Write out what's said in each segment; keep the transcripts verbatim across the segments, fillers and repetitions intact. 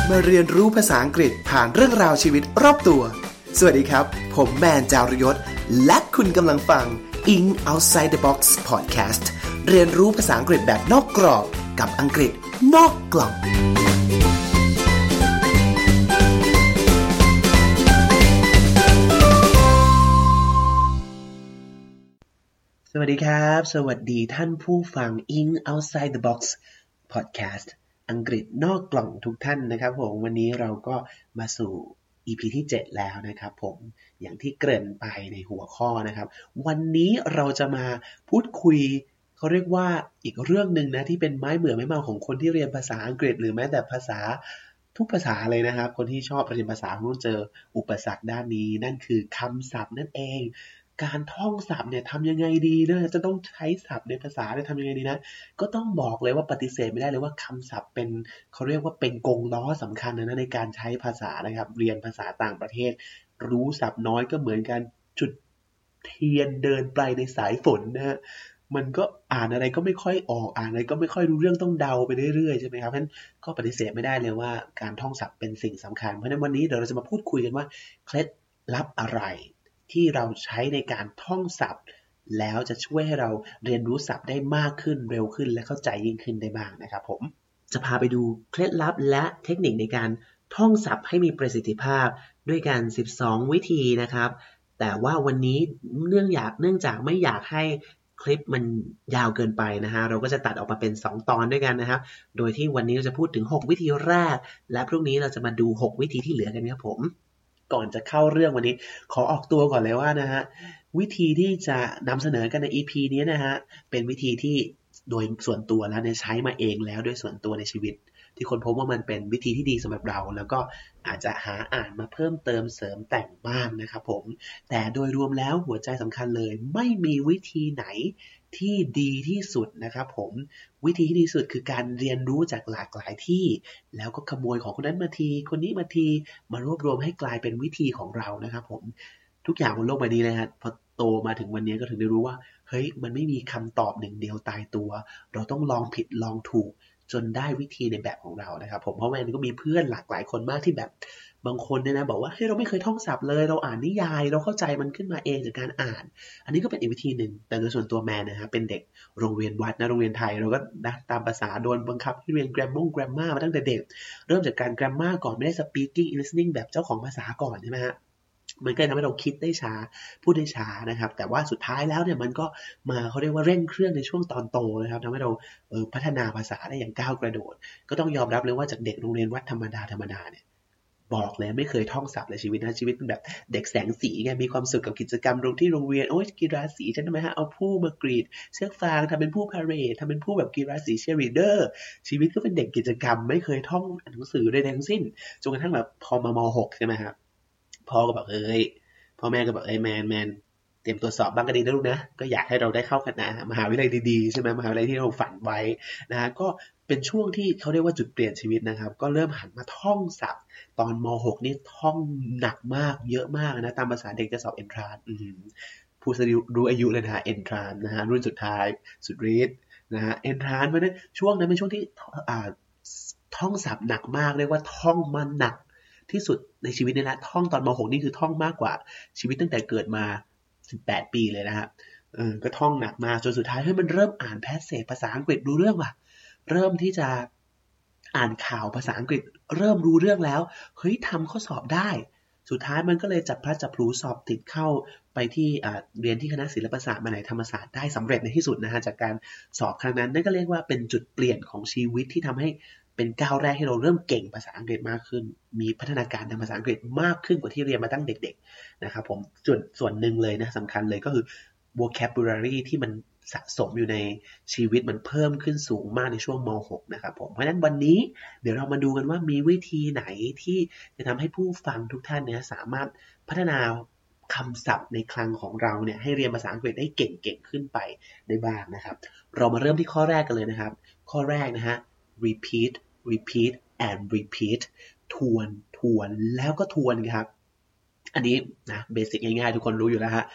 มาเรียนรู้ภาษาอังกฤษผ่านเรื่องราวชีวิตรอบตัวสวัสดีครับผมแมนจารยศและคุณกำลังฟัง Ink Outside the Box Podcast เรียนรู้ภาษาอังกฤษแบบนอกกรอบกับอังกฤษนอกกล่องสวัสดีครับสวัสดีท่านผู้ฟัง Ink Outside the Box Podcast อังกฤษนอกกล่องทุกท่านนะครับผมวันนี้เราก็มาสู่ อี พี ที่เจ็ดแล้วนะครับผมอย่างที่เกริ่นไปในหัวข้อนะครับวันนี้เราจะมาพูดคุยเขาเรียกว่าอีกเรื่องนึงนะที่เป็นไม้เบื่อไม้เมาของคนที่เรียนภาษาอังกฤษหรือแม้แต่ภาษาทุกภาษาเลยนะครับคนที่ชอบเรียนภาษาต้องเจออุปสรรคด้านนี้นั่นคือคำศัพท์นั่นเองการท่องศัพท์เนี่ยทำยังไงดีนะจะต้องใช้ศัพท์ในภาษาเนี่ยทำยังไงดีนะก็ต้องบอกเลยว่าปฏิเสธไม่ได้เลยว่าคำศัพท์เป็นเขาเรียกว่าเป็นกงล้อสำคัญนะในการใช้ภาษานะครับเรียนภาษาต่างประเทศรู้ศัพท์น้อยก็เหมือนกันจุดเทียนเดินไปในสายฝนนะฮะมันก็อ่านอะไรก็ไม่ค่อยออกอ่านอะไรก็ไม่ค่อยรู้เรื่องต้องเดาไปเรื่อยๆใช่ไหมครับเพราะฉะนั้นก็ปฏิเสธไม่ได้เลยว่าการท่องศัพท์เป็นสิ่งสำคัญเพราะฉะนั้นวันนี้เดี๋ยวเราจะมาพูดคุยกันว่าเคล็ดลับอะไรที่เราใช้ในการท่องศัพท์แล้วจะช่วยให้เราเรียนรู้ศัพท์ได้มากขึ้นเร็วขึ้นและเข้าใจยิ่งขึ้นได้บ้างนะครับผมจะพาไปดูเคล็ดลับและเทคนิคในการท่องศัพท์ให้มีประสิทธิภาพด้วยกันสิบสองวิธีนะครับแต่ว่าวันนี้เนื่องอยากเนื่องจากไม่อยากให้คลิปมันยาวเกินไปนะฮะเราก็จะตัดออกมาเป็นสองตอนด้วยกันนะครับโดยที่วันนี้เราจะพูดถึงหกวิธีแรกและพรุ่งนี้เราจะมาดูหกวิธีที่เหลือกันครับผมก่อนจะเข้าเรื่องวันนี้ขอออกตัวก่อนเลยว่านะฮะวิธีที่จะนำเสนอกันใน อี พี นี้นะฮะเป็นวิธีที่โดยส่วนตัวแล้วเนี่ยใช้มาเองแล้วด้วยส่วนตัวในชีวิตที่คนพบว่ามันเป็นวิธีที่ดีสำหรับเราแล้วก็อาจจะหาอ่านมาเพิ่มเติมเสริมแต่งบ้างนะครับผมแต่โดยรวมแล้วหัวใจสำคัญเลยไม่มีวิธีไหนที่ดีที่สุดนะครับผมวิธีที่ดีสุดคือการเรียนรู้จากหลากหลายที่แล้วก็ขโมยของคนนั้นมาทีคนนี้มาทีมารวบรวมให้กลายเป็นวิธีของเรานะครับผมทุกอย่างบนโลกใบนี้นะฮะพอโตมาถึงวันนี้ก็ถึงได้รู้ว่าเฮ้ยมันไม่มีคำตอบหนึ่งเดียวตายตัวเราต้องลองผิดลองถูกจนได้วิธีในแบบของเรานะครับผมเพราะมันก็มีเพื่อนหลากหลายคนมากที่แบบบางคนเนี่ยนะบอกว่าเฮ้ยเราไม่เคยท่องศัพท์เลยเราอ่านนิยายเราเข้าใจมันขึ้นมาเองจากการอ่านอันนี้ก็เป็นอีกวิธีหนึ่งแต่โดยส่วนตัวแมนนะฮะเป็นเด็กโรงเรียนวัดนะโรงเรียนไทยเราก็นะตามภาษาโดนบังคับให้เรียน grammar grammar มาตั้งแต่เด็กเริ่มจากการ grammar ก่อนไม่ได้ speaking listening แบบเจ้าของภาษาก่อนใช่ไหมฮะมันก็ทำให้เราคิดได้ช้าพูดได้ช้านะครับแต่ว่าสุดท้ายแล้วเนี่ยมันก็มาเขาเรียกว่าเร่งเครื่องในช่วงตอนโตนะครับทำให้เราเออพัฒนาภาษาได้อย่างก้าวกระโดดก็ต้องยอมรับเลยว่าจากเด็กโรงเรียนวัดธรรมดาธรรมดาเนี่ยบอกเลยไม่เคยท่องศัพท์ในชีวิตนะชีวิตเป็นแบบเด็กแสงสีไงมีความสุขกับกิจกรรมตรงที่โรงเรียนโอ้ยกีฬาสีใช่ไหมฮะเอาผู้มากรีดเชือกฟางทำเป็นผู้พาเหรดทำเป็นผู้แบบกีฬาสีเชียร์ลีดเดอร์ชีวิตก็เป็นเด็กกิจกรรมไม่เคยท่องหนังสือใดทั้งสิ้นจนกระทั่งแบบพอมาม หกใช่ไหมครับพ่อก็บอกเอ้ยพ่อแม่ก็บอกเอ้ยแมนแมนเตรียมตัวสอบบ้างก็ดีนะลูกนะก็อยากให้เราได้เข้าคณะมหาวิทยาลัยดีๆใช่ไหมมหาวิทยาลัยที่เราฝันไว้นะฮะก็เป็นช่วงที่เขาเรียกว่าจุดเปลี่ยนชีวิตนะครับก็เริ่มหันมาท่องศัพท์ตอนม หกนี่ท่องหนักมากเยอะมากนะตามภาษาเด็กจะสอบเอนทรานซ์ผู้สรุรู้อายุเลยนะฮะเอนทรานซ์นะฮะรุ่นสุดท้ายสุดฤทธิ์นะฮะเอนทรานซ์เพราะนั้นช่วงนั้นเป็นช่วงที่อ่าท่องศัพท์หนักมากเรียกว่าท่องมันหนักที่สุดในชีวิตนี่แหละท่องตอนม หกนี่คือท่องมากกว่าชีวิตตั้งแต่เกิดมาสิบแปดปีเลยนะฮะเออก็ท่องหนักมากจนสุดท้ายเฮ้ยมันเริ่มอ่านแพสเซจภาษาอังกฤษรู้เรื่องว่ะเริ่มที่จะอ่านข่าวภาษาอังกฤษเริ่มรู้เรื่องแล้วเฮ้ยทำข้อสอบได้สุดท้ายมันก็เลยจับพลัดจับผลูสอบติดเข้าไปที่อ่าเรียนที่คณะศิลปศาสตร์มหาวิทยาลัยธรรมศาสตร์ได้สำเร็จในที่สุดนะฮะจากการสอบครั้งนั้นนั่นก็เรียกว่าเป็นจุดเปลี่ยนของชีวิตที่ทำให้เป็นก้าวแรกให้เราเริ่มเก่งภาษาอังกฤษมากขึ้นมีพัฒนาการทางภาษาอังกฤษมากขึ้นกว่าที่เรียนมาตั้งเด็กๆนะครับผมส่วนส่วนหนึ่งเลยนะสำคัญเลยก็คือ vocabulary ที่มันสะสมอยู่ในชีวิตมันเพิ่มขึ้นสูงมากในช่วงม หกนะครับผมเพราะฉะนั้นวันนี้เดี๋ยวเรามาดูกันว่ามีวิธีไหนที่จะทำให้ผู้ฟังทุกท่านเนี่ยสามารถพัฒนาคำศัพท์ในคลังของเราเนี่ยให้เรียนภาษาอังกฤษได้เก่งๆขึ้นไปได้บ้างนะครับเรามาเริ่มที่ข้อแรกกันเลยนะครับข้อแรกนะฮะ repeat repeat and repeat ทวนทวนแล้วก็ทวนครับอันนี้นะเบสิกง่ายๆทุกคนรู้อยู่แล้วฮะ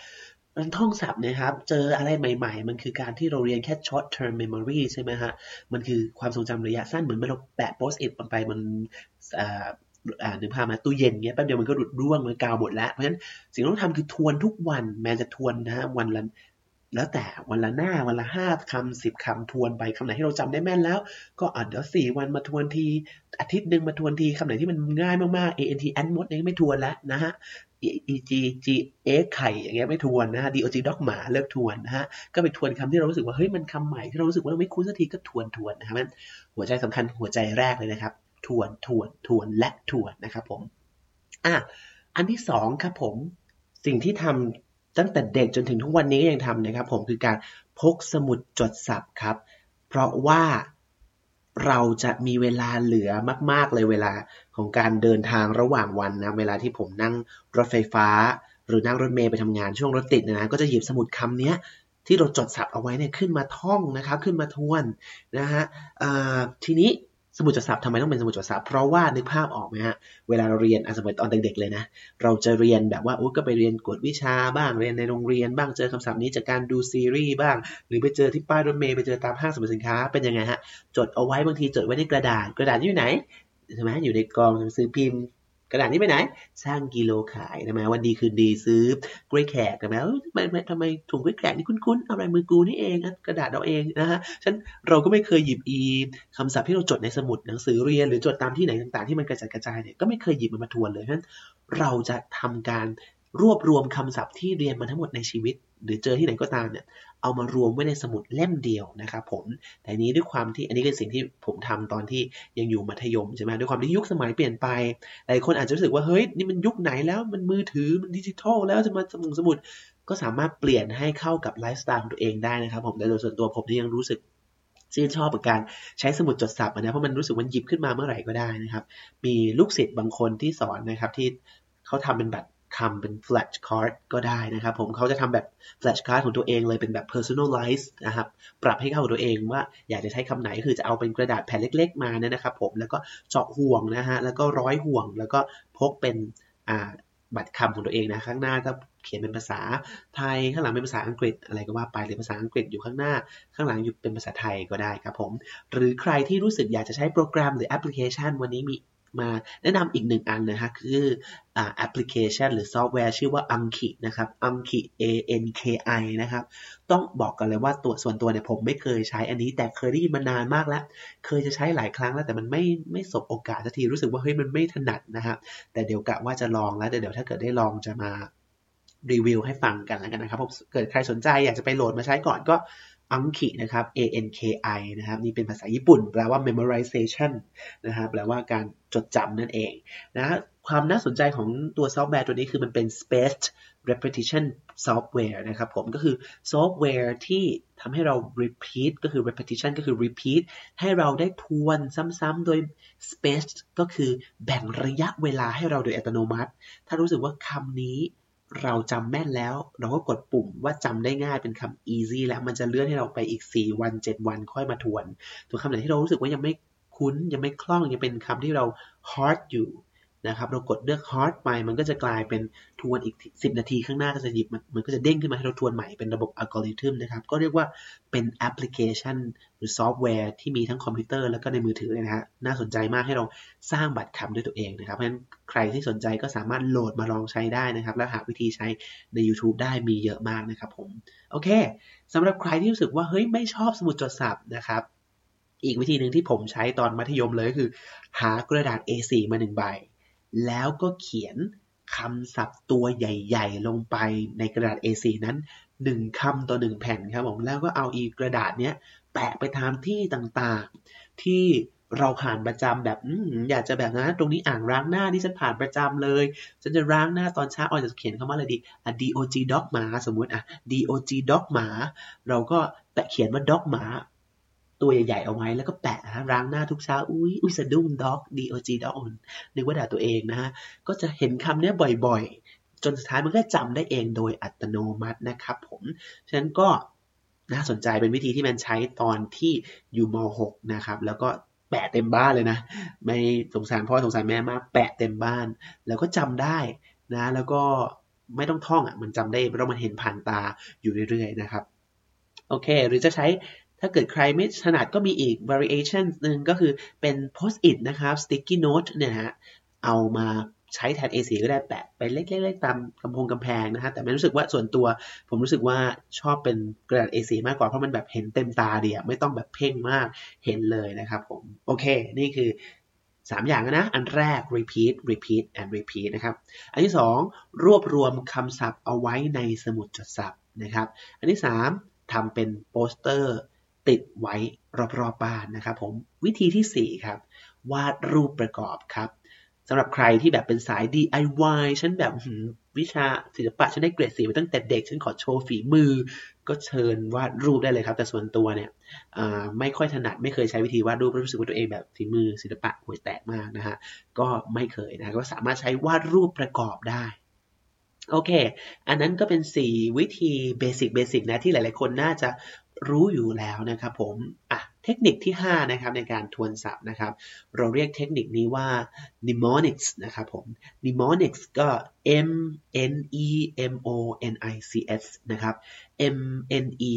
มันท่องศัพท์นะครับเจออะไรใหม่ๆมันคือการที่เราเรียนแค่ short term memory ใช่ไหมฮะมันคือความทรงจำระยะสั้นเหมือนเมื่อเราแปะ post it ไปมันอ่าอ่านึกภาพมาตู้เย็นเงี้ยแป๊บเดียวมันก็หลุดร่วงมันกาวหมดแล้วเพราะฉะนั้นสิ่งที่ต้องทำคือทวนทุกวันแม้จะทวนนะฮะวันละแล้วแต่วันละหน้าวันละห้าคำสิบคำทวนไปคำไหนที่เราจำได้แม่นแล้วก็อ่ะเดี๋ยวสี่วันมาทวนทีอาทิตย์หนึ่งมาทวนทีคำไหนที่มันง่ายมากๆ ant ant มดเนี่ยไม่ทวนแล้วนะฮะ eg g x ไข่อย่างเงี้ยไม่ทวนนะฮะ dog dog หมาเลิกทวนนะฮะก็ไปทวนคำที่เรารู้สึกว่าเฮ้ยมันคำใหม่ที่เรารู้สึกว่าเราไม่คุ้นสักทีก็ทวนทวนนะครับมันหัวใจสำคัญหัวใจแรกเลยนะครับทวนทวนทวนและทวนนะครับผมอ่ะอันที่สองครับผมสิ่งที่ทำตั้งแต่เด็กจนถึงทุกวันนี้ก็ยังทำนะครับผมคือการพกสมุดจดศัพท์ครับเพราะว่าเราจะมีเวลาเหลือมากๆเลยเวลาของการเดินทางระหว่างวันนะเวลาที่ผมนั่งรถไฟฟ้าหรือนั่งรถเมล์ไปทำงานช่วงรถติดนะก็จะหยิบสมุดคำนี้ที่เราจดศัพท์เอาไว้เนี่ยขึ้นมาท่องนะครับขึ้นมาทวนนะฮะทีนี้สมุดจดศัพท์ทำไมต้องเป็นสมุดจดศัพท์เพราะว่านึกภาพออกไหมฮะเวลาเราเรียนสมัยตอนเด็กๆเลยนะเราจะเรียนแบบว่าอุ๊ยก็ไปเรียนกวดวิชาบ้างเรียนในโรงเรียนบ้างเจอคำศัพท์นี้จากการดูซีรีส์บ้างหรือไปเจอที่ป้ายรถเมล์ไปเจอตามห้างสรรพสินค้าเป็นยังไงฮะจดเอาไว้บางทีจดไว้ในกระดาษกระดาษอยู่ไหนใช่ไหมอยู่ในกองหนังสือพิมพ์กระดาษนี้ไปไหนสร้างกิโลขายทำไมวันดีคืนดีซื้อกล้วยแขกทำไมเออทำไมทำไมถุงกล้วยแขกนี่คุ้นๆอะไรมือกูนี่เองกระดาษเราเองนะฮะฉันเราก็ไม่เคยหยิบอีคำศัพท์ที่เราจดในสมุดหนังสือเรียนหรือจดตามที่ไหนต่างๆที่มันกระจัดกระจายเนี่ยก็ไม่เคยหยิบมันมาทวนเลยเพราะฉะนั้นเราจะทำการรวบรวมคำศัพท์ที่เรียนมาทั้งหมดในชีวิตหรือเจอที่ไหนก็ตามเนี่ยเอามารวมไว้ในสมุดเล่มเดียวนะครับผมแต่นี้ด้วยความที่อันนี้คือสิ่งที่ผมทำตอนที่ยังอยู่มัธยมใช่ไหมด้วยความที่ยุคสมัยเปลี่ยนไปหลายคนอาจจะรู้สึกว่าเฮ้ยนี่มันยุคไหนแล้วมันมือถือมันดิจิทัลแล้วจะมาสมุดสมุดก็สามารถเปลี่ยนให้เข้ากับไลฟ์สไตล์ของตัวเองได้นะครับผมแต่โดยส่วนตัวผมที่ยังรู้สึกชื่นชอบกับการใช้สมุดจดศัพท์นะเพราะมันรู้สึกมันหยิบขึ้นมาเมื่อไหร่ก็ได้นะครับมีลูกศิษย์บางคนที่สอนนะครับที่เขาทำเป็นบัตรคำเป็น flash card ก็ได้นะครับผมเขาจะทำแบบ flash card ของตัวเองเลยเป็นแบบ personalize นะครับปรับให้เข้ากับตัวเองว่าอยากจะใช้คำไหนคือจะเอาเป็นกระดาษแผ่นเล็กๆมาเนี่ยนะครับผมแล้วก็เจาะห่วงนะฮะแล้วก็ร้อยห่วงแล้วก็พกเป็นอ่าบัตรคำของตัวเองนะข้างหน้าก็เขียนเป็นภาษาไทยข้างหลังเป็นภาษาอังกฤษอะไรก็ว่าไปหรือภาษาอังกฤษอยู่ข้างหน้าข้างหลังอยู่เป็นภาษาไทยก็ได้ครับผมหรือใครที่รู้สึกอยากจะใช้โปรแกรมหรือแอปพลิเคชันวันนี้มีมาแนะนำอีกหนึ่งอันนะฮะคืออ่าแอปพลิเคชันหรือซอฟต์แวร์ชื่อว่า Anki นะครับ Anki A N K I นะครับต้องบอกกันเลยว่าตัวส่วนตัวเนี่ยผมไม่เคยใช้อันนี้แต่เคยได้ยินมานานมากแล้วเคยจะใช้หลายครั้งแล้วแต่มันไม่ไม่สบโอกาสสักทีรู้สึกว่าเฮ้ยมันไม่ถนัดนะครับแต่เดี๋ยวกะว่าจะลองแล้วเดี๋ยวถ้าเกิดได้ลองจะมารีวิวให้ฟังกันแล้วกันนะครับผมเกิดใครสนใจอยากจะไปโหลดมาใช้ก่อนก็ Anki นะครับ A N K I นะครับนี่เป็นภาษาญี่ปุ่นแปลว่า memorization นะครับแปลว่าการจดจำนั่นเองนะความน่าสนใจของตัวซอฟต์แวร์ตัวนี้คือมันเป็น spaced repetition software นะครับผมก็คือซอฟต์แวร์ที่ทำให้เรา repeat ก็คือ repetition ก็คือ repeat ให้เราได้ทวนซ้ำๆโดย spaced ก็คือแบ่งระยะเวลาให้เราโดยอัตโนมัติถ้ารู้สึกว่าคำนี้เราจำแม่นแล้วเราก็กดปุ่มว่าจำได้ง่ายเป็นคำ easy แล้วมันจะเลื่อนให้เราไปอีกสี่วันเจ็ดวันค่อยมาทวนตัวคำไหนที่เรารู้สึกว่ายังไม่คุ้นยังไม่คล่องยังเป็นคำที่เรา hard อยู่นะครับเรากดเลือก hard ไปมันก็จะกลายเป็นทวนอีกสิบนาทีข้างหน้าก็จะหยิบมันก็จะเด้งขึ้นมาให้เราทวนใหม่เป็นระบบอัลกอริทึมนะครับก็เรียกว่าเป็นแอปพลิเคชันหรือซอฟต์แวร์ที่มีทั้งคอมพิวเตอร์แล้วก็ในมือถือเลยนะฮะน่าสนใจมากให้เราสร้างบัตรคำด้วยตัวเองนะครับเพราะฉะนั้นใครที่สนใจก็สามารถโหลดมาลองใช้ได้นะครับแล้วหาวิธีใช้ใน YouTube ได้มีเยอะมากนะครับผมโอเคสำหรับใครที่รู้สึกว่าเฮ้ยไม่ชอบสมุดจดศัพท์นะครับอีกวิธีหนึ่งที่ผมใช้ตอนมัธยมเลยก็คือหากระดาษ เอ โฟร์ มาหนึ่งใบแล้วก็เขียนคำศัพท์ตัวใหญ่ๆลงไปในกระดาษ เอ โฟร์ นั้นหนึ่งคำต่อหนึ่งแผ่นครับผมแล้วก็เอาอีกกระดาษเนี้ยแปะไปตามที่ต่างๆที่เราผ่านประจำแบบอืมอยากจะแบบนั้นตรงนี้อ่างล้างหน้านี่ฉันผ่านประจำเลยฉันจะล้างหน้าตอนเช้าอาจจะเขียนคำว่าอะไรดีอ่ะ dog dog หมาสมมุติอ่ะ dog dog หมาเราก็แปะเขียนว่า dog หมาตัวใหญ่ๆเอาไว้แล้วก็แปะนะล้างหน้าทุกเช้าอุ้ยอุ้ยสะดุ้ง dog dog dog นึกว่าด่าตัวเองนะฮะก็จะเห็นคำนี้บ่อยๆจนสุดท้ายมันก็จำได้เองโดยอัตโนมัตินะครับผมฉะนั้นก็น่าสนใจเป็นวิธีที่มันใช้ตอนที่อยู่ม หกนะครับแล้วก็แปะเต็มบ้านเลยนะไม่สงสารพ่อสงสารแม่มากแปะเต็มบ้านแล้วก็จำได้นะแล้วก็ไม่ต้องท่องอ่ะมันจำได้เพราะมันเห็นผ่านตาอยู่เรื่อยๆนะครับโอเคหรือจะใช้ถ้าเกิดใครไม่ถนัดก็มีอีก variation หนึ่งก็คือเป็น post-it นะครับ sticky note เนี่ยฮะเอามาใช้แทน เอ โฟร์ ก็ได้แปะไปเล็กๆๆตามกำพงกำแพงนะฮะแต่ไม่รู้สึกว่าส่วนตัวผมรู้สึกว่าชอบเป็นกระดาษ เอ โฟร์ มากกว่าเพราะมันแบบเห็นเต็มตาดีอ่ะไม่ต้องแบบเพ่งมากเห็นเลยนะครับผมโอเคนี่คือสามอย่างนะอันแรก repeat repeat and repeat นะครับอันที่สองรวบรวมคำศัพท์เอาไว้ในสมุดจดศัพท์นะครับอันที่สามทำเป็นโปสเตอร์ติดไว้รอบๆบ้านนะครับผมวิธีที่สี่ครับวาดรูปประกอบครับสำหรับใครที่แบบเป็นสาย ดี ไอ วาย ฉันแบบวิชาศิลปะฉันได้เกรดสี่มาตั้งแต่เด็กฉันขอโชว์ฝีมือก็เชิญวาดรูปได้เลยครับแต่ส่วนตัวเนี่ยไม่ค่อยถนัดไม่เคยใช้วิธีวาดรูปรู้สึกว่าตัวเองแบบฝีมือศิลปะห่วยแตกมากนะฮะก็ไม่เคยนะก็สามารถใช้วาดรูปประกอบได้โอเคอันนั้นก็เป็นสี่วิธีเบสิกเบสิกนะที่หลายๆคนน่าจะรู้อยู่แล้วนะครับผมอ่ะเทคนิคที่ห้านะครับในการทวนศัพท์นะครับเราเรียกเทคนิคนี้ว่า mnemonics นะครับผม mnemonics ก็ m n e m o n i c s นะครับ m n e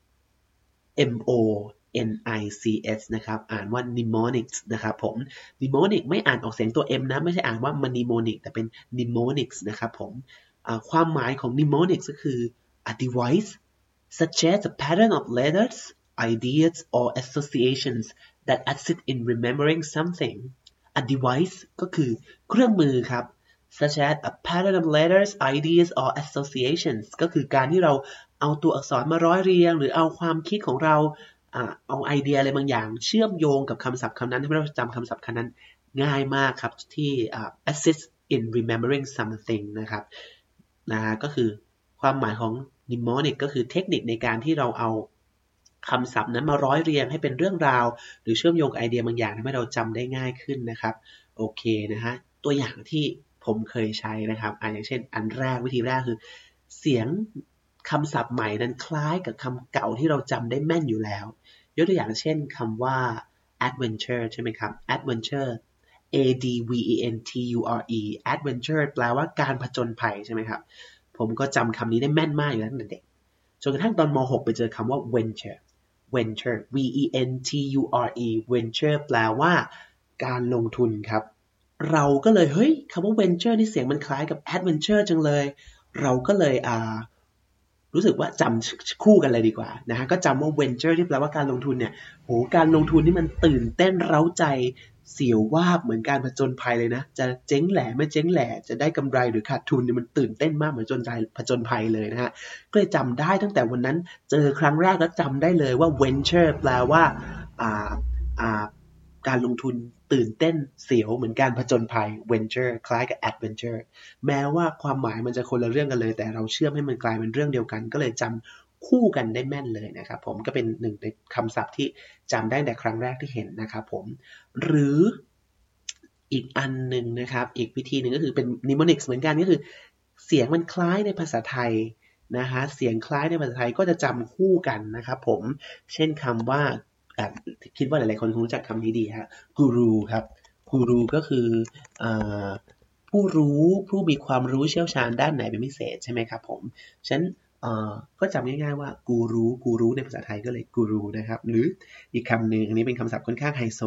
m o n i c s นะครับอ่านว่า mnemonics นะครับผม mnemonic ไม่อ่านออกเสียงตัว m นะไม่ใช่อ่านว่า mnemonic แต่เป็น mnemonics นะครับผมความหมายของ mnemonics ก็คือ a device such as a pattern of letters, ideas, or associations that assist in remembering something. A device ก็คือเครื่องมือครับ such as a pattern of letters, ideas, or associations ก็คือการที่เราเอาตัวอักษรมาร้อยเรียงหรือเอาความคิดของเราเอาไอเดียอะไรบางอย่างเชื่อมโยงกับคำศัพท์คำนั้นให้เราจำคำศัพท์คำนั้นง่ายมากครับที่ assist in remembering something นะครับนะก็คือความหมายของ mnemonic ก็คือเทคนิคในการที่เราเอาคำศัพท์นั้นมาร้อยเรียงให้เป็นเรื่องราวหรือเชื่อมโยงไอเดียบางอย่างทำให้เราจำได้ง่ายขึ้นนะครับโอเคนะฮะตัวอย่างที่ผมเคยใช้นะครับอ่าอย่างเช่นอันแรกวิธีแรกคือเสียงคำศัพท์ใหม่นั้นคล้ายกับคำเก่าที่เราจำได้แม่นอยู่แล้วยกตัวอย่างเช่นคำว่า adventure ใช่ไหมครับ adventure a d v e n t u r e adventure แปลว่าการผจญภัยใช่ไหมครับผมก็จำคำนี้ได้แม่นมากอยู่แล้วตั้งแต่เด็กจนกระทั่งตอนม หกไปเจอคำว่า venture venture v e n t u r e venture แปลว่าการลงทุนครับเราก็เลยเฮ้ยคำว่า venture นี่เสียงมันคล้ายกับ adventure จังเลยเราก็เลยอ่ารู้สึกว่าจำคู่กันเลยดีกว่านะฮะก็จำว่า venture ที่แปลว่าการลงทุนเนี่ยโหการลงทุนนี่มันตื่นเต้นเร้าใจเสียววาบเหมือนการผจญภัยเลยนะจะเจ๊งแหล่ไม่เจ๊งแหล่จะได้กำไรหรือขาดทุนเนี่ยมันตื่นเต้นมากเหมือนผจญภัยผจญภัยเลยนะฮะก็เลยจำได้ตั้งแต่วันนั้นเจอครั้งแรกแล้วจำได้เลยว่า venture แปลว่าอ่าอ่าการลงทุนตื่นเต้นเสียวเหมือนการผจญภัย venture คล้ายกับ adventure แม้ว่าความหมายมันจะคนละเรื่องกันเลยแต่เราเชื่อมให้มันกลายเป็นเรื่องเดียวกันก็เลยจำคู่กันได้แม่นเลยนะครับผมก็เป็นหนึ่งในคำศัพท์ที่จำได้แต่ครั้งแรกที่เห็นนะครับผมหรืออีกอันหนึ่งนะครับอีกวิธีหนึ่งก็คือเป็น mnemonics เหมือนกันก็คือเสียงมันคล้ายในภาษาไทยนะฮะเสียงคล้ายในภาษาไทยก็จะจำคู่กันนะครับผมเช่นคำว่าคิดว่าหลายๆคนคงรู้จักคำนี้ดีฮะกูรูครับกูรูก็คือผู้รู้ผู้มีความรู้เชี่ยวชาญด้านไหนเป็นพิเศษใช่ไหมครับผมฉะนั้นก็จำง่ายๆว่ากูรู้กูรู้ในภาษาไทยก็เลยกูรูนะครับหรืออีกคำหนึ่งอันนี้เป็นคำศัพท์ค่อนข้างไฮโซ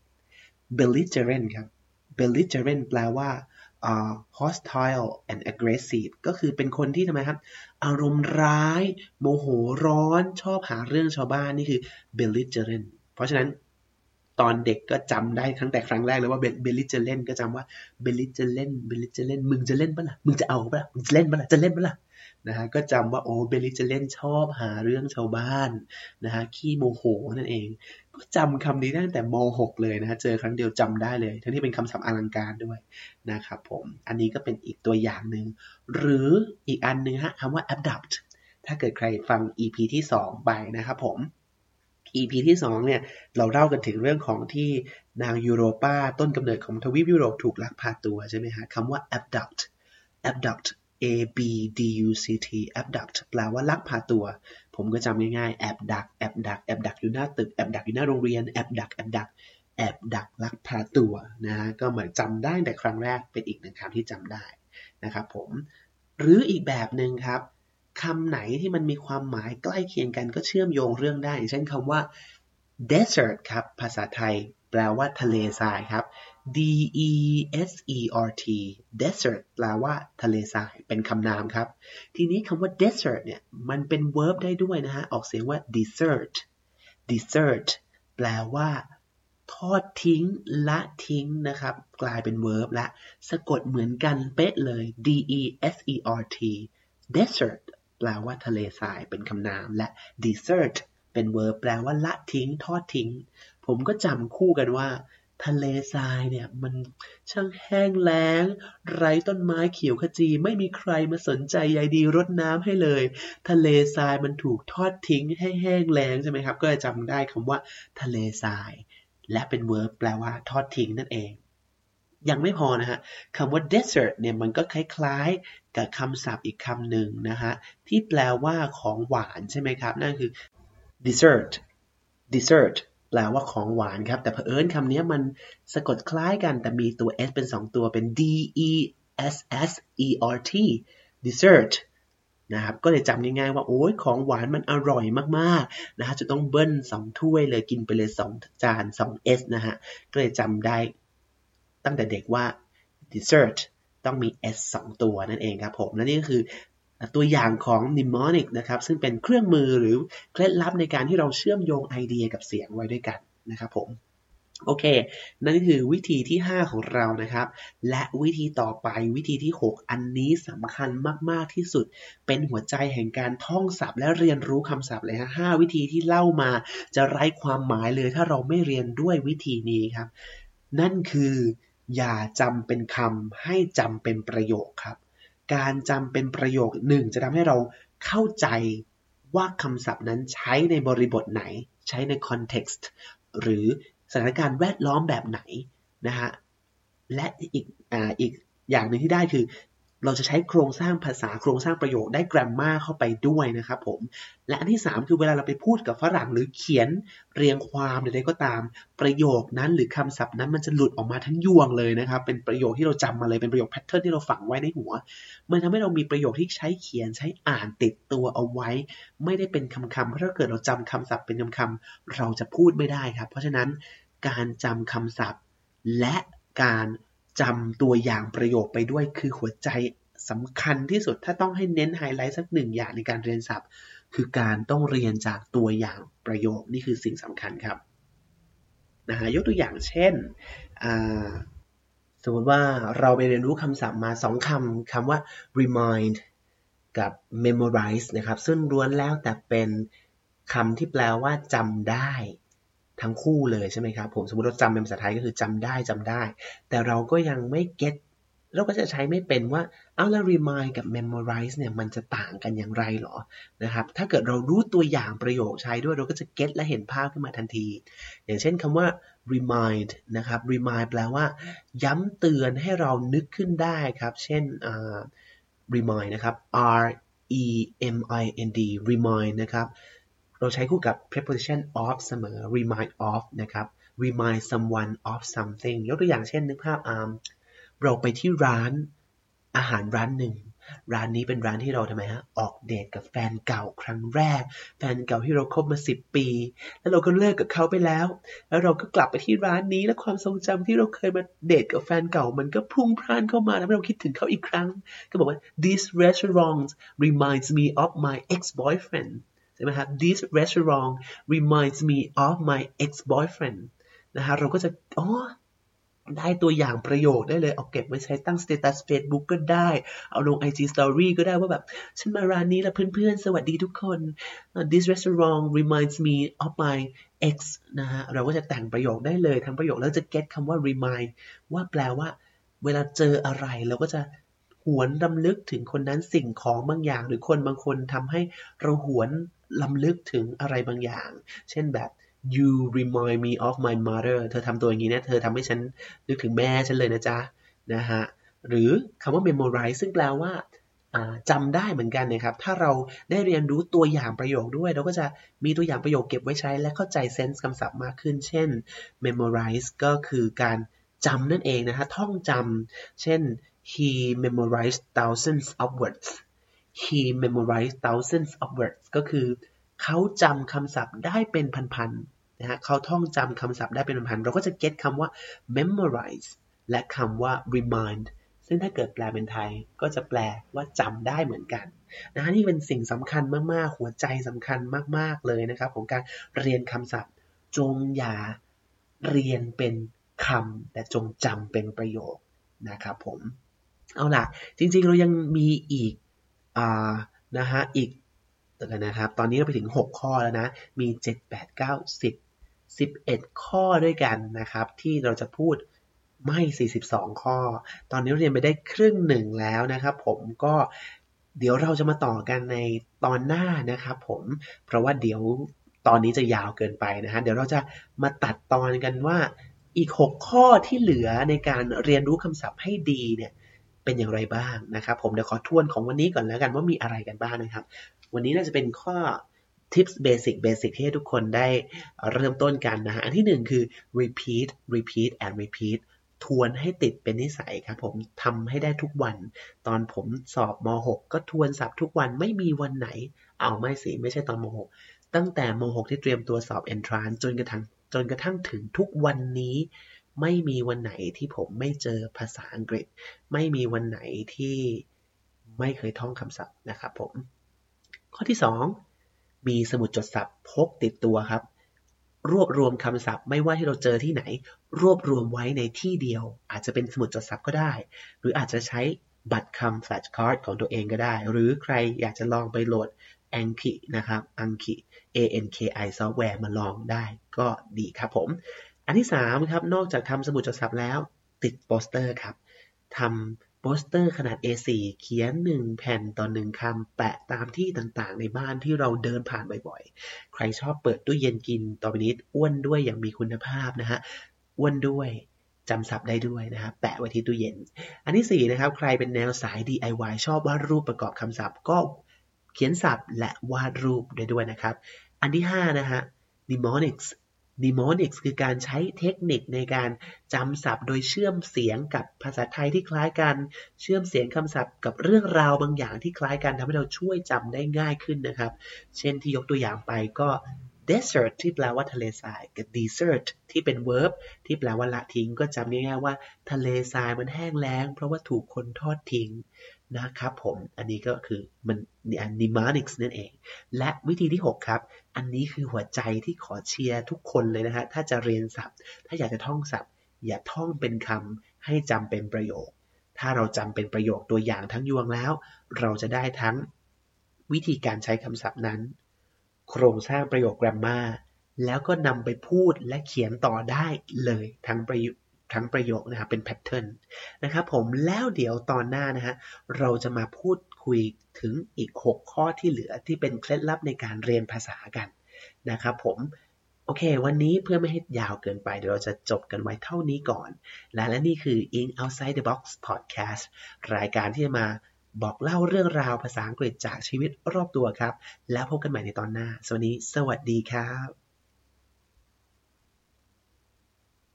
belligerent ครับ belligerent แปลว่า uh, hostile and aggressive ก็คือเป็นคนที่ทำไมครับอารมณ์ร้ายโมโหร้อนชอบหาเรื่องชาวบ้านนี่คือ belligerent เพราะฉะนั้นตอนเด็กก็จำได้ครั้งแต่ครั้งแรกเลยว่า belligerent ก็จำว่า belligerent belligerent มึงจะเล่นปะล่ะมึงจะเอาปะล่ะมึงจะเล่นปะล่ะจะเล่นปะล่ะนะฮะก็จำว่าโอ้ belligerent ชอบหาเรื่องชาวบ้านนะฮะขี้โมโหนั่นเองก็จำคำนี้ตั้งแต่ม หกเลยนะฮะเจอครั้งเดียวจำได้เลยทั้งที่เป็นคำศัพท์อลังการด้วยนะครับผมอันนี้ก็เป็นอีกตัวอย่างหนึ่งหรืออีกอันนึงฮะคำว่า abduct ถ้าเกิดใครฟัง อี พี ที่สองไปนะครับผม อี พี ที่สองเนี่ยเราเล่ากันถึงเรื่องของที่นางยูโรปาต้นกำเนิดของทวีปยุโรปถูกลักพาตัวใช่ไหมฮะคำว่า abduct abduct a b d u c t abduct แปลว่าลักพาตัวผมก็จำง่ายๆแอบดักแอบดักแอบดักอยู่หน้าตึกแอบดักอยู่หน้าโรงเรียนแอบดักแอบดักแอบดักลักพาตัวนะฮะก็เหมือนจำได้แต่ครั้งแรกเป็นอีกหนึ่งคำที่จำได้นะครับผมหรืออีกแบบหนึ่งครับคำไหนที่มันมีความหมายใกล้เคียงกันก็เชื่อมโยงเรื่องได้อย่างเช่นคำว่า desert ครับภาษาไทยแปลว่าทะเลทรายครับ D E S E R T desert แปลว่าทะเลทรายเป็นคำนามครับทีนี้คำว่า desert เนี่ยมันเป็น verb ได้ด้วยนะฮะออกเสียงว่า desert desert แปลว่าทอดทิ้งละทิ้งนะครับกลายเป็น verb และสะกดเหมือนกันเป๊ะเลย D E S E R T desert แปลว่าทะเลทรายเป็นคำนามและ desert เป็น verb แปลว่าละทิ้งทอดทิ้งผมก็จำคู่กันว่าทะเลทรายเนี่ยมันช่างแห้งแล้งไร้ต้นไม้เขียวขจีไม่มีใครมาสนใจใยดีรดน้ำให้เลยทะเลทรายมันถูกทอดทิ้งให้แห้งแล้งใช่ไหมครับก็จะจำได้คำว่าทะเลทรายและเป็น verb แปลว่าทอดทิ้งนั่นเองยังไม่พอนะฮะคำว่า desert เนี่ยมันก็คล้ายๆกับคำศัพท์อีกคำหนึ่งนะฮะที่แปลว่าของหวานใช่ไหมครับนั่นคือ dessert dessert แปลว่าของหวานครับแต่เผอิญคำนี้มันสะกดคล้ายกันแต่มีตัว s เป็นสองตัวเป็น D E S S E R T dessert นะครับก็เลยจำง่ายๆว่าโอ้ยของหวานมันอร่อยมากๆนะฮะจะต้องเบิ้ลสองถ้วยเลยกินไปเลยสองจานสอง S นะฮะก็เลยจำได้ตั้งแต่เด็กว่า dessert ต้องมี s สองตัวนั่นเองครับผมและนี่ก็คือตัวอย่างของ mnemonic นะครับซึ่งเป็นเครื่องมือหรือเคล็ดลับในการที่เราเชื่อมโยงไอเดียกับเสียงไว้ด้วยกันนะครับผมโอเคนั่นคือวิธีที่ห้าของเรานะครับและวิธีต่อไปวิธีที่หกอันนี้สำคัญมากๆที่สุดเป็นหัวใจแห่งการท่องศัพท์และเรียนรู้คำศัพท์เลยฮะห้าวิธีที่เล่ามาจะไร้ความหมายเลยถ้าเราไม่เรียนด้วยวิธีนี้ครับนั่นคืออย่าจำเป็นคำให้จำเป็นประโยคครับการจำเป็นประโยคหนึ่งจะทำให้เราเข้าใจว่าคำศัพท์นั้นใช้ในบริบทไหนใช้ใน context หรือสถานการณ์แวดล้อมแบบไหนนะฮะและอีกอ่าอีกอย่างหนึ่งที่ได้คือเราจะใช้โครงสร้างภาษาโครงสร้างประโยคได้ grammar เข้าไปด้วยนะครับผมและอันที่สามคือเวลาเราไปพูดกับฝรั่งหรือเขียนเรียงความใดๆก็ตามประโยคนั้นหรือคำศัพท์นั้นมันจะหลุดออกมาทั้งยวงเลยนะครับเป็นประโยคที่เราจำมาเลยเป็นประโยคแพทเทิร์นที่เราฝังไว้ในหัวมันทำให้เรามีประโยคที่ใช้เขียนใช้อ่านติดตัวเอาไว้ไม่ได้เป็นคำๆเพราะถ้าเกิดเราจำคำศัพท์เป็นคำๆเราจะพูดไม่ได้ครับเพราะฉะนั้นการจำคำศัพท์และการจำตัวอย่างประโยคไปด้วยคือหัวใจสำคัญที่สุดถ้าต้องให้เน้นไฮไลท์สักหนึ่งอย่างในการเรียนศัพท์คือการต้องเรียนจากตัวอย่างประโยคนี่คือสิ่งสำคัญครับนะฮะยกตัวอย่างเช่นสมมติว่าเราไปเรียนรู้คำศัพท์มาสองคำคำว่า remind กับ memorize นะครับซึ่งล้วนแล้วแต่เป็นคำที่แปลว่าจำได้ทั้งคู่เลยใช่ไหมครับผมสมมติเราจำเป็นภาษาไทยก็คือจำได้จำได้แต่เราก็ยังไม่ get เราก็จะใช้ไม่เป็นว่าเอาแล้ว remind กับ memorize เนี่ยมันจะต่างกันอย่างไรหรอนะครับถ้าเกิดเรารู้ตัวอย่างประโยคใช้ด้วยเราก็จะ get และเห็นภาพขึ้นมาทันทีอย่างเช่นคำว่า remind นะครับ remind แปลว่าย้ำเตือนให้เรานึกขึ้นได้ครับเช่น uh, remind นะครับ R E M I N D remind นะครับเราใช้คู่กับ preposition of เสมอ remind of นะครับ remind someone of something ยกตัวอย่างเช่นนึกภาพอ่าเราไปที่ร้านอาหารร้านหนึ่งร้านนี้เป็นร้านที่เราทำไมฮะออกเดทกับแฟนเก่าครั้งแรกแฟนเก่าที่เราคบมาสิบปีแล้วเราก็เลิกกับเขาไปแล้วแล้วเราก็กลับไปที่ร้านนี้และความทรงจำที่เราเคยมาเดทกับแฟนเก่ามันก็พุ่งพล่านเข้ามาทำให้เราคิดถึงเขาอีกครั้งก็บอกว่า this restaurant reminds me of my ex-boyfriend ใช่ไหมครับ this restaurant reminds me of my ex-boyfriend นะฮะเราก็จะอ๋อได้ตัวอย่างประโยคได้เลยเอาเก็บไว้ใช้ตั้งสเตตัส Facebook ก็ได้เอาลง ไอ จี Story ก็ได้ว่าแบบฉันมาร้านนี้แล้วเพื่อนๆสวัสดีทุกคน This restaurant reminds me of my ex นะฮะเราก็จะแต่งประโยคได้เลยทั้งประโยคแล้วจะ get คำว่า remind ว่าแปลว่าเวลาเจออะไรเราก็จะหวนรำลึกถึงคนนั้นสิ่งของบางอย่างหรือคนบางคนทำให้เราหวนรำลึกถึงอะไรบางอย่างเช่นแบบ you remind me of my mother เธอทำตัวอย่างนี้นะเธอทำให้ฉันนึกถึงแม่ฉันเลยนะจ๊ะนะฮะหรือคำว่า memorize ซึ่งแปลว่าจำได้เหมือนกันนะครับถ้าเราได้เรียนรู้ตัวอย่างประโยคด้วยเราก็จะมีตัวอย่างประโยคเก็บไว้ใช้และเข้าใจเซนส์คำศัพท์มากขึ้นเช่น memorize ก็คือการจำนั่นเองนะฮะท่องจำเช่น he memorized thousands of words he memorized thousands of words ก็คือเขาจำคำศัพท์ได้เป็นพันๆนะฮะเขาท่องจำคำศัพท์ได้เป็นพันๆเราก็จะ get คำว่า memorize และคำว่า remind ซึ่งถ้าเกิดแปลเป็นไทยก็จะแปลว่าจำได้เหมือนกันนะฮะนี่เป็นสิ่งสำคัญมากๆหัวใจสำคัญมากๆเลยนะครับของการเรียนคำศัพท์จงอย่าเรียนเป็นคำแต่จงจำเป็นประโยคนะครับผมเอาล่ะจริงๆเรายังมีอีกอ่านะฮะอีกนะครับตอนนี้เราไปถึงหกข้อแล้วนะมีเจ็ด แปด เก้า สิบ สิบเอ็ดข้อด้วยกันนะครับที่เราจะพูดไม่สี่สิบสองข้อตอนนี้เราเรียนไปได้ครึ่งหนึ่งแล้วนะครับผมก็เดี๋ยวเราจะมาต่อกันในตอนหน้านะครับผมเพราะว่าเดี๋ยวตอนนี้จะยาวเกินไปนะฮะเดี๋ยวเราจะมาตัดตอนกันว่าอีกหกข้อที่เหลือในการเรียนรู้คำศัพท์ให้ดีเนี่ยเป็นอย่างไรบ้างนะครับผมเดี๋ยวขอทวนของวันนี้ก่อนแล้วกันว่ามีอะไรกันบ้างนะครับวันนี้น่าจะเป็นข้อ tips basic basic ที่ให้ทุกคนได้เริ่มต้นกันนะฮะอันที่หนึ่งคือ repeat repeat and repeat ทวนให้ติดเป็นนิสัยครับผมทำให้ได้ทุกวันตอนผมสอบม หก ก็ทวนศัพท์ทุกวันไม่มีวันไหนเอาไม่สิไม่ใช่ตอนม หก ตั้งแต่ม หก ที่เตรียมตัวสอบ entrance จนกระทั่งจนกระทั่งถึงทุกวันนี้ไม่มีวันไหนที่ผมไม่เจอภาษาอังกฤษไม่มีวันไหนที่ไม่เคยท่องคำศัพท์นะครับผมข้อที่สองมีสมุดจดศัพท์พกติดตัวครับรวบรวมคำศัพท์ไม่ว่าที่เราเจอที่ไหนรวบรวมไว้ในที่เดียวอาจจะเป็นสมุดจดศัพท์ก็ได้หรืออาจจะใช้บัตรคำ flash card ของตัวเองก็ได้หรือใครอยากจะลองไปโหลด Anki นะครับ Anki A N K I ซอฟต์แวร์มาลองได้ก็ดีครับผมอันที่สามครับนอกจากทำสมุดจดศัพท์แล้วติดโปสเตอร์ครับทำโปสเตอร์ขนาด เอ โฟร์ เขียนหนึ่งแผ่นต่อหนึ่งคำแปะตามที่ต่างๆในบ้านที่เราเดินผ่านบ่อยๆใครชอบเปิดตู้เย็นกินต่อไปนี้อ้วนด้วยอย่างมีคุณภาพนะฮะอ้วนด้วยจำศัพท์ได้ด้วยนะครับแปะไว้ที่ตู้เย็นอันที่สี่นะครับใครเป็นแนวสาย ดี ไอ วาย ชอบวาดรูปประกอบคำศัพท์ก็เขียนศัพท์และวาดรูปได้ด้วยนะครับอันที่ห้านะฮะ mnemonics mnemonics คือการใช้เทคนิคในการจำศัพท์โดยเชื่อมเสียงกับภาษาไทยที่คล้ายกันเชื่อมเสียงคำศัพท์กับเรื่องราวบางอย่างที่คล้ายกันทำให้เราช่วยจำได้ง่ายขึ้นนะครับเช่นที่ยกตัวอย่างไปก็ desert ที่แปลว่าทะเลทรายกับ desert ที่เป็น verb ที่แปลว่าละทิ้งก็จำง่ายๆว่าทะเลทรายมันแห้งแล้งเพราะว่าถูกคนทอดทิ้งนะครับผมอันนี้ก็คือมัน mnemonics นั่นเองและวิธีที่หกครับอันนี้คือหัวใจที่ขอเชียร์ทุกคนเลยนะฮะถ้าจะเรียนศัพท์ถ้าอยากจะท่องศัพท์อย่าท่องเป็นคำให้จำเป็นประโยคถ้าเราจำเป็นประโยคตัวอย่างทั้งยวงแล้วเราจะได้ทั้งวิธีการใช้คำศัพท์นั้นโครงสร้างประโยค grammar แล้วก็นำไปพูดและเขียนต่อได้เลยทั้งประโยคทั้งประโยคนะครับเป็นแพทเทิร์นนะครับผมแล้วเดี๋ยวตอนหน้านะฮะเราจะมาพูดคุยถึงอีกหกข้อที่เหลือที่เป็นเคล็ดลับในการเรียนภาษากันนะครับผมโอเควันนี้เพื่อไม่ให้ยาวเกินไปเดี๋ยวเราจะจบกันไว้เท่านี้ก่อนและและนี่คือ Ink Outside the Box Podcast รายการที่จะมาบอกเล่าเรื่องราวภาษาอังกฤษจากชีวิตรอบตัวครับแล้วพบกันใหม่ในตอนหน้าสวัสดีสวัสดีครับ